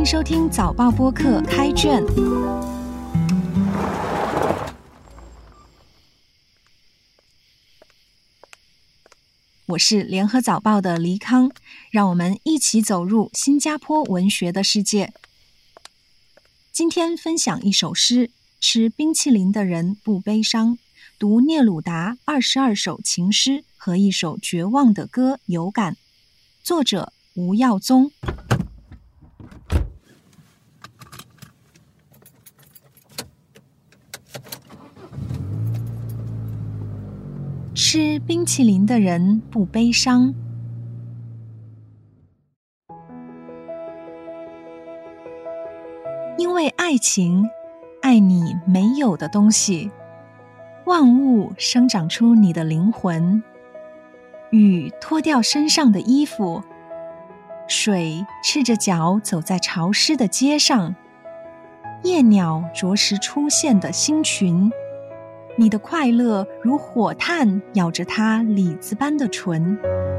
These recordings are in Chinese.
迎收听早报播客开卷。我是联合早报的黎康，让我们一起走入新加坡文学的世界。今天分享一首诗，吃冰淇淋的人不悲伤，读聂鲁达22首情诗和一首绝望的歌有感。作者吴耀宗。吃冰淇淋的人不悲伤。因为爱情，爱你没有的东西，万物生长出你的灵魂。雨脱掉身上的衣服，水赤着脚走在潮湿的街上，夜鸟啄食出现的星群。你的快乐如火炭咬着它李子般的唇。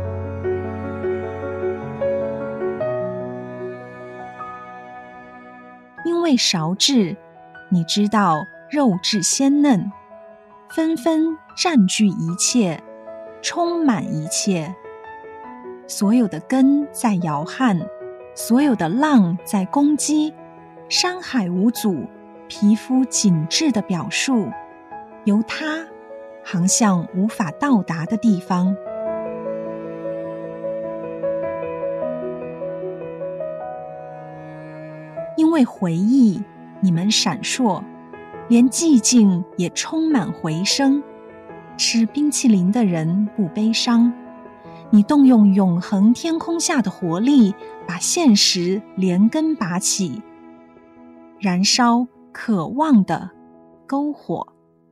因为勺质，你知道肉质鲜嫩，纷纷占据一切，充满一切。所有的根在摇撼，所有的浪在攻击，山海无阻，皮肤紧致的表述，由它航向无法到达的地方。因为回忆，你们闪烁，连寂静也充满回声。吃冰淇淋的人不悲伤，你动用永恒天空下的活力，把现实连根拔起，燃烧渴望的篝火。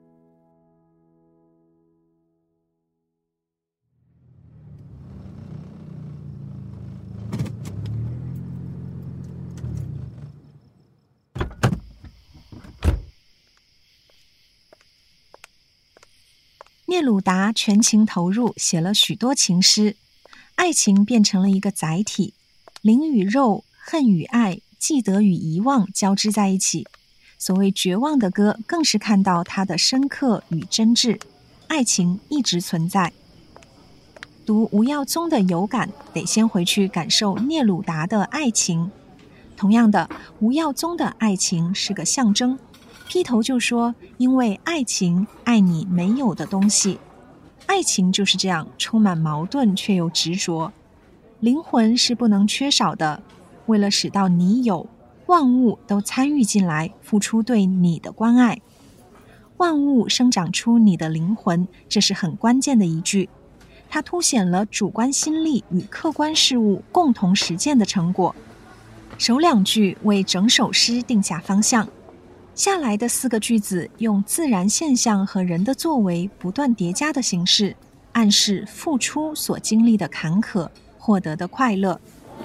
聂鲁达全情投入，写了许多情诗，爱情变成了一个载体，灵与肉，恨与爱，记得与遗忘交织在一起。所谓绝望的歌，更是看到它的深刻与真挚，爱情一直存在。读吴耀宗的有感，得先回去感受聂鲁达的爱情。同样的，吴耀宗的爱情是个象征，劈头就说因为爱情，爱你没有的东西。爱情就是这样，充满矛盾却又执着。灵魂是不能缺少的，为了使到你有，万物都参与进来，付出对你的关爱。万物生长出你的灵魂，这是很关键的一句，它凸显了主观心力与客观事物共同实践的成果。首两句为整首诗定下方向，下来的4个句子用自然现象和人的作为不断叠加的形式，暗示付出所经历的坎坷，获得的快乐。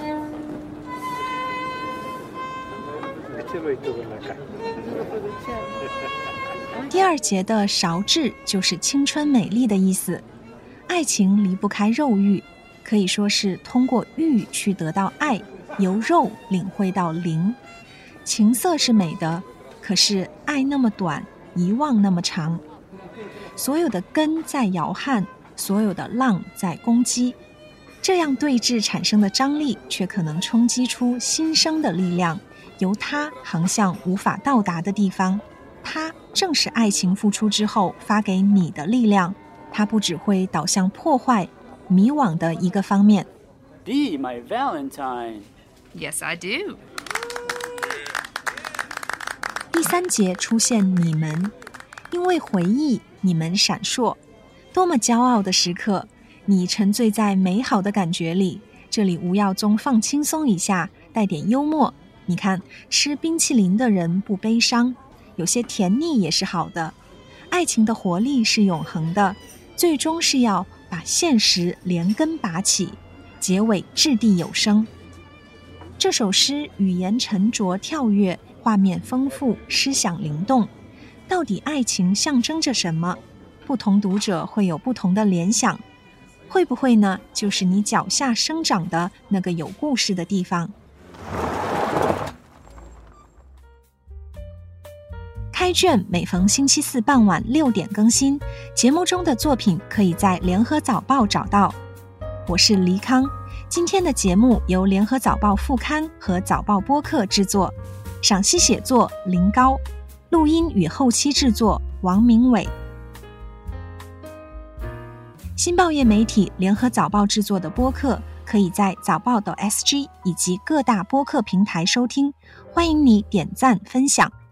第2节的勺质就是青春美丽的意思。爱情离不开肉欲，可以说是通过欲去得到爱，由肉领会到灵。情色是美的，可是爱那么短，遗忘那么长。所有的根在摇撼，所有的浪在攻击，这样对峙产生的张力，却可能冲击出新生的力量，由它航向无法到达的地方。它正是爱情付出之后发给你的力量，它不只会导向破坏、迷惘的一个方面。 Be my Valentine. Yes, I do. 第3节出现你们，因为回忆，你们闪烁，多么骄傲的时刻，你沉醉在美好的感觉里。这里吴耀宗放轻松一下，带点幽默。你看，吃冰淇淋的人不悲伤，有些甜腻也是好的。爱情的活力是永恒的，最终是要把现实连根拔起，结尾掷地有声。这首诗语言沉着跳跃，画面丰富，诗想灵动。到底爱情象征着什么？不同读者会有不同的联想。会不会呢？就是你脚下生长的那个有故事的地方。 开卷每逢星期四傍晚6点更新，节目中的作品可以在联合早报找到。我是黎康，今天的节目由联合早报副刊和早报播客制作，赏析写作林高，录音与后期制作王明伟。新报业媒体联合早报制作的播客，可以在早报.sg 以及各大播客平台收听，欢迎你点赞分享。